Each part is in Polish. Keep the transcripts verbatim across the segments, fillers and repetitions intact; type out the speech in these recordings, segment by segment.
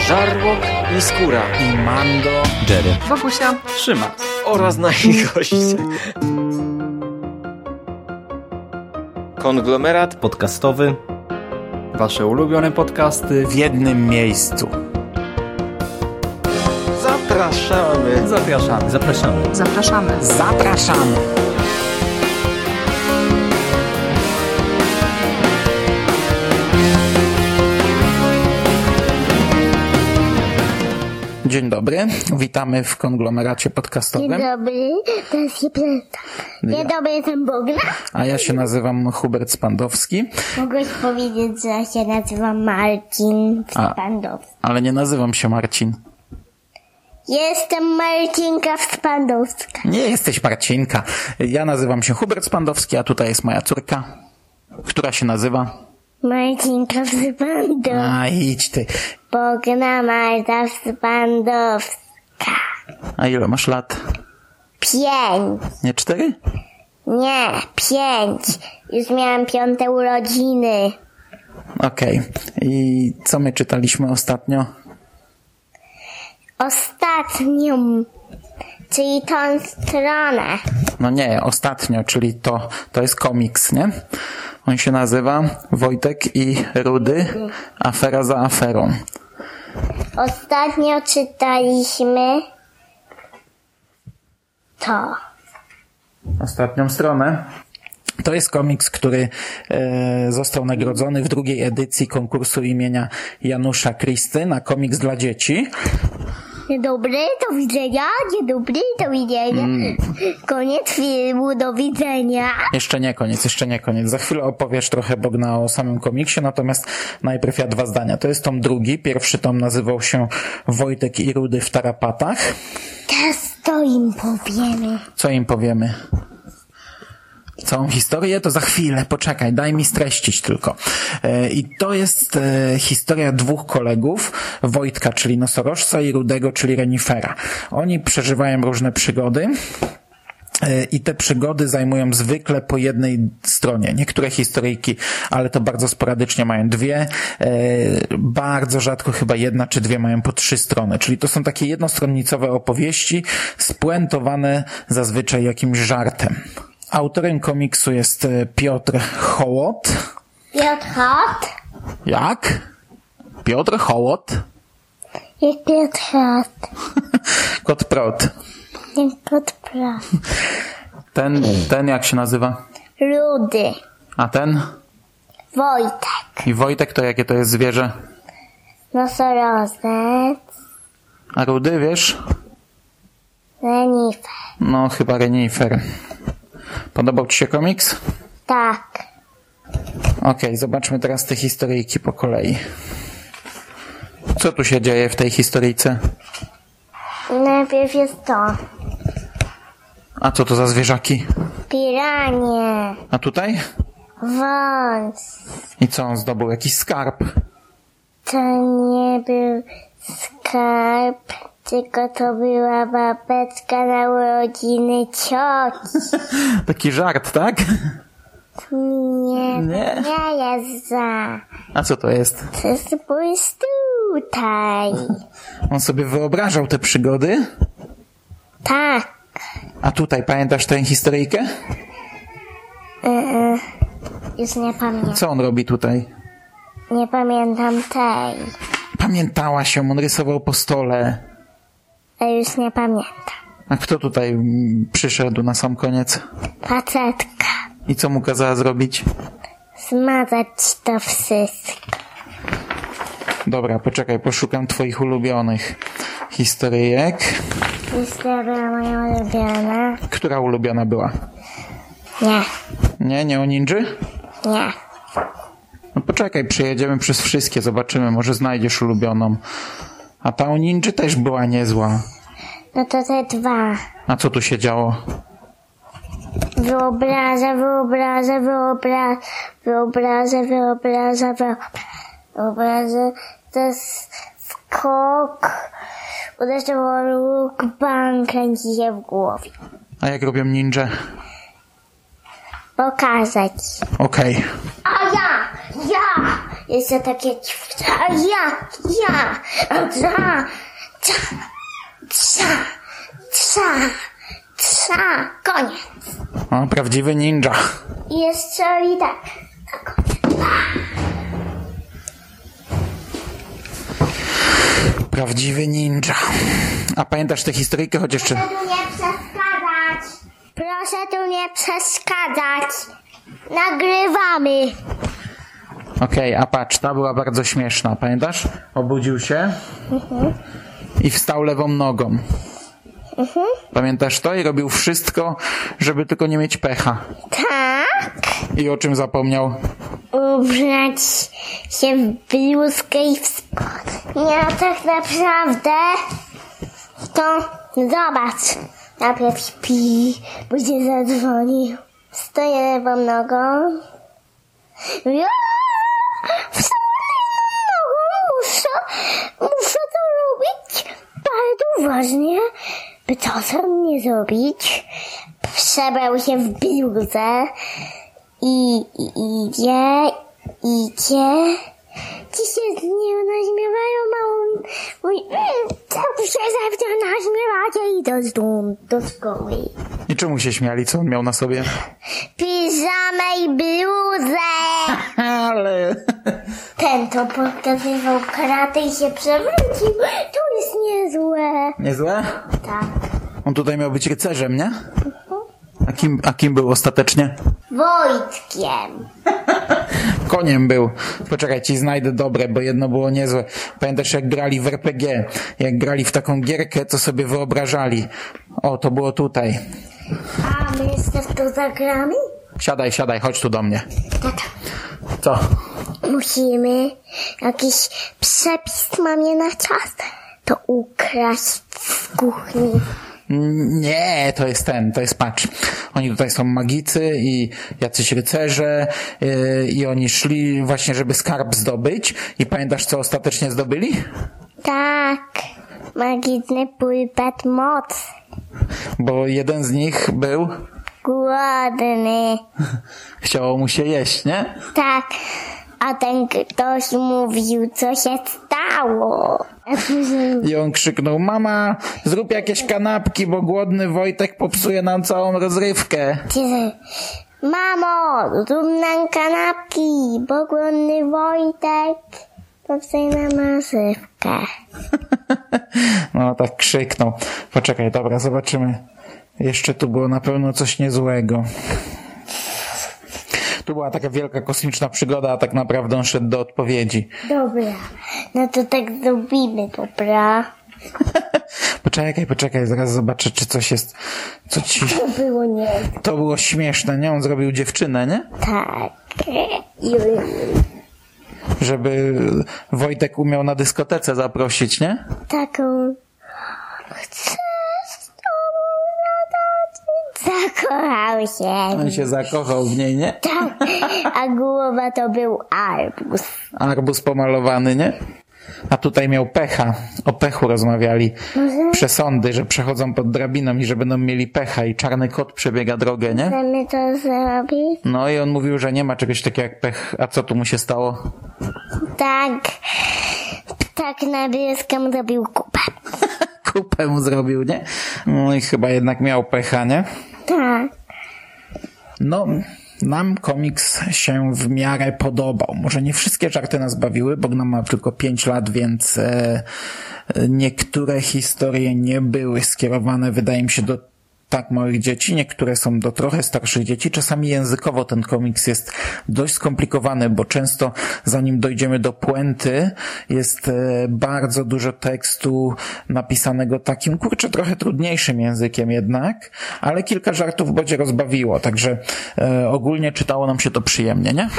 Żarłok i Skóra i Mando, Jerry, Wokusia, Trzyma oraz nasi goście. Konglomerat podcastowy. Wasze ulubione podcasty w jednym miejscu. Zapraszamy. Zapraszamy. Zapraszamy. zapraszamy. Zapraszamy. Dzień dobry, witamy w konglomeracie podcastowym. Dzień dobry, to jest Jepleta. Dzień dobry, jestem Bogna. A ja się nazywam Hubert Spandowski. Mogłeś powiedzieć, że się nazywam Marcin Spandowski. Ale nie nazywam się Marcin. Jestem Marcinka Spandowska. Nie jesteś Marcinka. Ja nazywam się Hubert Spandowski, a tutaj jest moja córka, która się nazywa... Marcinka Spandowska. A idź ty. Bogna Marta Spandowska. A ile masz lat? Pięć. Nie cztery? Nie, pięć. Już miałam piąte urodziny. Okej. Okay. I co my czytaliśmy ostatnio? Ostatnią, czyli tą stronę. No nie, ostatnio, czyli to, to jest komiks, nie? On się nazywa Wojtek i Rudy, afera za aferą. Ostatnio czytaliśmy to. Ostatnią stronę. To jest komiks, który e, został nagrodzony w drugiej edycji konkursu imienia Janusza Kristy na komiks dla dzieci. Dzień dobry, do widzenia. Dzień dobry, do widzenia. Mm. Koniec filmu, do widzenia. Jeszcze nie koniec, jeszcze nie koniec. Za chwilę opowiesz trochę, Bogna, o samym komiksie, natomiast najpierw ja dwa zdania. To jest tom drugi. Pierwszy tom nazywał się Wojtek i Rudy w tarapatach. Teraz to im powiemy. Co im powiemy? Całą historię? To za chwilę, poczekaj, daj mi streścić tylko. I to jest historia dwóch kolegów, Wojtka, czyli nosorożca, i Rudego, czyli renifera. Oni przeżywają różne przygody i te przygody zajmują zwykle po jednej stronie. Niektóre historyjki, ale to bardzo sporadycznie, mają dwie. Bardzo rzadko chyba jedna czy dwie mają po trzy strony. Czyli to są takie jednostronnicowe opowieści spuentowane zazwyczaj jakimś żartem. Autorem komiksu jest Piotr Hołot. Piotr Hołot? Jak? Piotr Hołot? Jest Piotr Hołot. Kot Prot. Jest Kot Prot. Ten, ten jak się nazywa? Rudy. A ten? Wojtek. I Wojtek to jakie to jest zwierzę? Nosorożec. A Rudy, wiesz? Renifer. No, chyba renifer. Podobał ci się komiks? Tak. Okej, okay, zobaczmy teraz te historyjki po kolei. Co tu się dzieje w tej historyjce? Najpierw jest to. A co to za zwierzaki? Piranie. A tutaj? Wąs. I co on zdobył? Jakiś skarb? To nie był skarb, tylko to była babeczka na urodziny cioci. Taki żart, tak? Nie, nie, nie jest za. A co to jest? To jest pójść tutaj. On sobie wyobrażał te przygody? Tak. A tutaj pamiętasz tę historyjkę? Yy, już nie pamiętam. Co on robi tutaj? Nie pamiętam tej. Pamiętała się, on rysował po stole. A już nie pamiętam. A kto tutaj przyszedł na sam koniec? Facetka. I co mu kazała zrobić? Zmazać to wszystko. Dobra, poczekaj, poszukam twoich ulubionych historyjek. Historia moja ulubiona. Która ulubiona była? Nie. Nie, nie o ninży? Nie. No poczekaj, przejedziemy przez wszystkie, zobaczymy, może znajdziesz ulubioną. A ta o ninży też była niezła. No to te dwa. A co tu się działo? Wyobrażę, wyobrażę, wyobrażę, wyobrażę, wyobrażę, wyobrażę. To jest skok. Uderzyło róg, bank kręci się w głowie. A jak robią ninja? Pokazać. Okej. Okay. A ja, ja, Jeszcze takie ćwicza. A ja, ja. A ca, ca, ca, ca, ca. Koniec. O, prawdziwy ninja. I jeszcze i tak. Na koniec. Prawdziwy ninja. A pamiętasz tę historyjkę, choć jeszcze... Proszę tu nie przeszkadzać. Proszę tu nie przeszkadzać. Nagrywamy. Okej, okay, a patrz, ta była bardzo śmieszna. Pamiętasz? Obudził się mhm. i wstał lewą nogą. Mhm. Pamiętasz to? I robił wszystko, żeby tylko nie mieć pecha. Tak. I o czym zapomniał? Ubrać się w bluzkę i w spodnie. Ja tak naprawdę to zobacz. Najpierw śpi, później zadzwonił. Stoję lewą nogą. Ja wstaję lewą nogą. Muszę, muszę to robić bardzo uważnie, by czasem nie zrobić. Przebrał się w bluzę i, i idzie, idzie. Ci się z niego naśmiewają, małą... Mój, co się ze mnie naśmiewacie? Idę do, do szkoły. I czemu się śmiali? Co on miał na sobie? Piżamę i bluzę. Ale... Ten to pokazywał karate i się przewrócił. To jest niezłe. Niezłe? Tak. On tutaj miał być rycerzem, nie? A kim, a kim był ostatecznie? Wojtkiem. Koniem był. Poczekaj, ci znajdę dobre, bo jedno było niezłe. Pamiętasz, jak grali w er pe gie? Jak grali w taką gierkę, co sobie wyobrażali. O, to było tutaj. A my jeszcze w to zagramy? Siadaj, siadaj, chodź tu do mnie. Tata. Co? Musimy jakiś przepis mamie na czas to ukraść z kuchni. Nie, to jest ten, to jest patrz. Oni tutaj są magicy i jacyś rycerze yy, i oni szli właśnie, żeby skarb zdobyć. I pamiętasz, co ostatecznie zdobyli? Tak, magiczny pulpet moc. Bo jeden z nich był... Głodny. Chciało mu się jeść, nie? Tak, a ten ktoś mówił, co się stało. I on krzyknął, mama, zrób jakieś kanapki, bo głodny Wojtek popsuje nam całą rozrywkę. Mamo, zrób nam kanapki, bo głodny Wojtek popsuje nam rozrywkę. No tak krzyknął. Poczekaj, dobra, zobaczymy. Jeszcze tu było na pewno coś niezłego. Tu była taka wielka kosmiczna przygoda, a tak naprawdę on szedł do odpowiedzi. Dobra, no to tak zrobimy, dobra? Poczekaj, poczekaj, zaraz zobaczę, czy coś jest... Co ci... To było nie. To było śmieszne, nie? On zrobił dziewczynę, nie? Tak. Żeby Wojtek umiał na dyskotece zaprosić, nie? Taką... Chcę z tobą latać. Zakochał się. On się zakochał w niej, nie? Tak, a głowa to był arbuz. Arbuz pomalowany, nie? A tutaj miał pecha. O pechu rozmawiali. Może? Przesądy, że przechodzą pod drabiną i że będą mieli pecha i czarny kot przebiega drogę, nie? Chcemy to zrobić? No i on mówił, że nie ma czegoś takiego jak pech. A co tu mu się stało? Tak. Tak na bieską zrobił kupę. Kupę mu zrobił, nie? No i chyba jednak miał pecha, nie? Tak. No, nam komiks się w miarę podobał. Może nie wszystkie żarty nas bawiły, bo nam ma tylko pięć lat, więc e, niektóre historie nie były skierowane, wydaje mi się, do tak małych dzieci, niektóre są do trochę starszych dzieci. Czasami językowo ten komiks jest dość skomplikowany, bo często zanim dojdziemy do puenty jest bardzo dużo tekstu napisanego takim, kurczę, trochę trudniejszym językiem jednak, ale kilka żartów będzie rozbawiło, także e, ogólnie czytało nam się to przyjemnie, nie?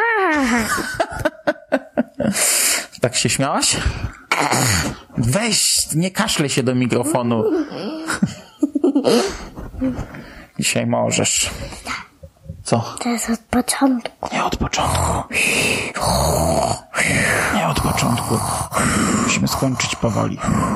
Tak się śmiałaś? Weź, nie kaszlej się do mikrofonu. Dzisiaj możesz. Co? Teraz od początku. Nie od początku. Nie od początku. Musimy skończyć powoli.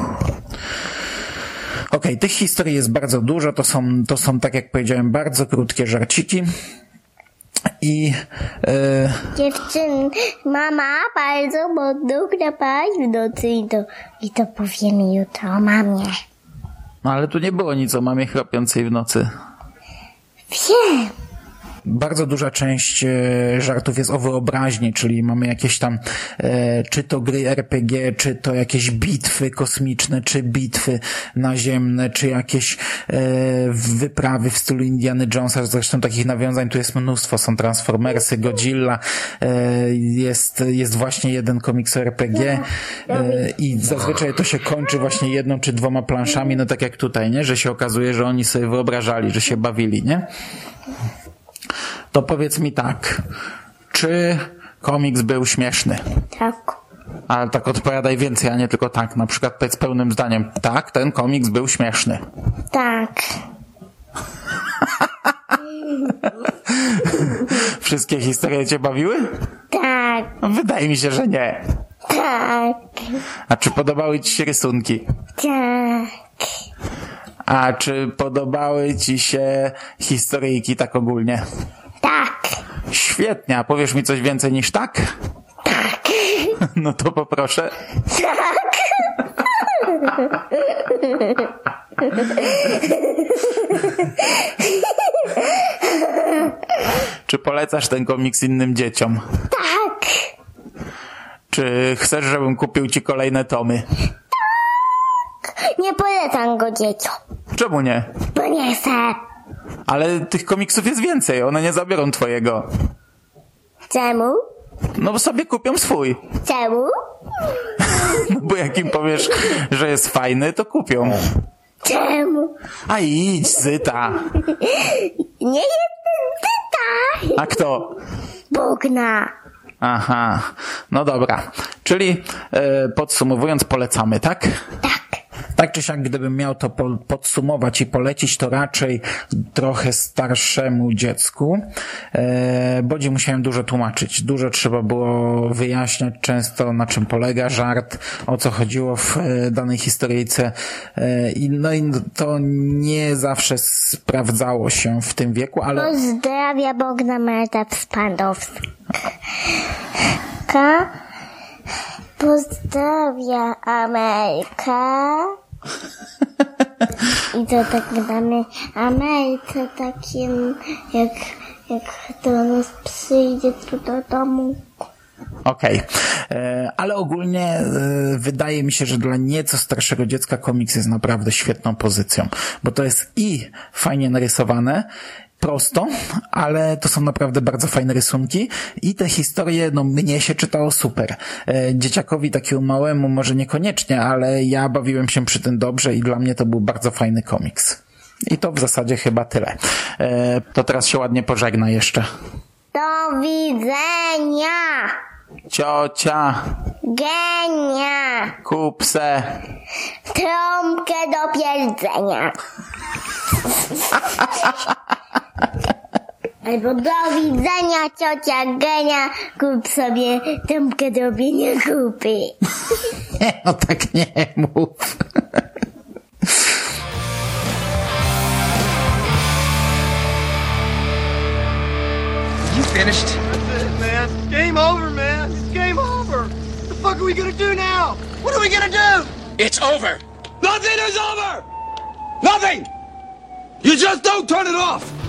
Okej, okay, tych historii jest bardzo dużo. To są, to są, tak jak powiedziałem, bardzo krótkie żarciki. I e, Dziewczyn, mama bardzo mocno chrapała w nocy i to, i to powiemy jutro o mamie. no ale tu nie było nic o mamie chrapiącej w nocy. Wiem. Bardzo duża część e, żartów jest o wyobraźni, czyli mamy jakieś tam e, czy to gry er pe gie, czy to jakieś bitwy kosmiczne, czy bitwy naziemne, czy jakieś e, wyprawy w stylu Indiana Jonesa. Zresztą takich nawiązań tu jest mnóstwo. Są Transformersy, Godzilla, e, jest, jest właśnie jeden komiks o er pe gie e, i zazwyczaj to się kończy właśnie jedną czy dwoma planszami, no tak jak tutaj, nie? Że się okazuje, że oni sobie wyobrażali, że się bawili, nie? To powiedz mi tak, czy komiks był śmieszny? Tak. Ale tak odpowiadaj więcej, a nie tylko tak. Na przykład powiedz pełnym zdaniem. Tak, ten komiks był śmieszny. Tak. Wszystkie historie cię bawiły? Tak. Wydaje mi się, że nie. Tak. A czy podobały ci się rysunki? Tak. A czy podobały ci się historyjki tak ogólnie? Tak. Świetnie, a powiesz mi coś więcej niż tak? Tak. No to poproszę. Tak. Czy polecasz ten komiks innym dzieciom? Tak. Czy chcesz, żebym kupił ci kolejne tomy? Nie polecam go dzieciom, Czemu nie? bo nie chcę. Ale tych komiksów jest więcej, one nie zabiorą twojego. Czemu? No bo sobie kupią swój. Czemu? No bo jak im powiesz, że jest fajny, to kupią. Czemu? A idź, Zyta. Nie jestem tyta. A kto? Bugna. Aha, no dobra. Czyli e, podsumowując, polecamy, tak? Tak. Tak czy siak, gdybym miał to po, podsumować i polecić, to raczej trochę starszemu dziecku, e, bo dziś musiałem dużo tłumaczyć. Dużo trzeba było wyjaśniać często, na czym polega żart, o co chodziło w e, danej historyjce. E, i, no i to nie zawsze sprawdzało się w tym wieku, ale... Pozdrawia Bogna Marta Spandowska. Pozdrawia Ameryka. I to tak damy Ameryce takim, jak, jak do nas przyjdzie tu do domu. Okej, okay. Ale ogólnie e, wydaje mi się, że dla nieco starszego dziecka komiks jest naprawdę świetną pozycją, bo to jest i fajnie narysowane, prosto, ale to są naprawdę bardzo fajne rysunki i te historie, no mnie się czytało super. E, dzieciakowi takiemu małemu może niekoniecznie, ale ja bawiłem się przy tym dobrze i dla mnie to był bardzo fajny komiks. I to w zasadzie chyba tyle. E, to teraz się ładnie pożegna jeszcze. Do widzenia! Ciocia! Genia! Kupse! Trąbkę do pierdzenia! Albo do widzenia, ciocia Genia, kup sobie trąbkę do bienia kupy. Nie, no tak nie mów. You finished? That's it, man. Game over, man. It's game over. What the fuck are we gonna do now? What are we gonna do? It's over. Nothing is over! Nothing! You just don't turn it off!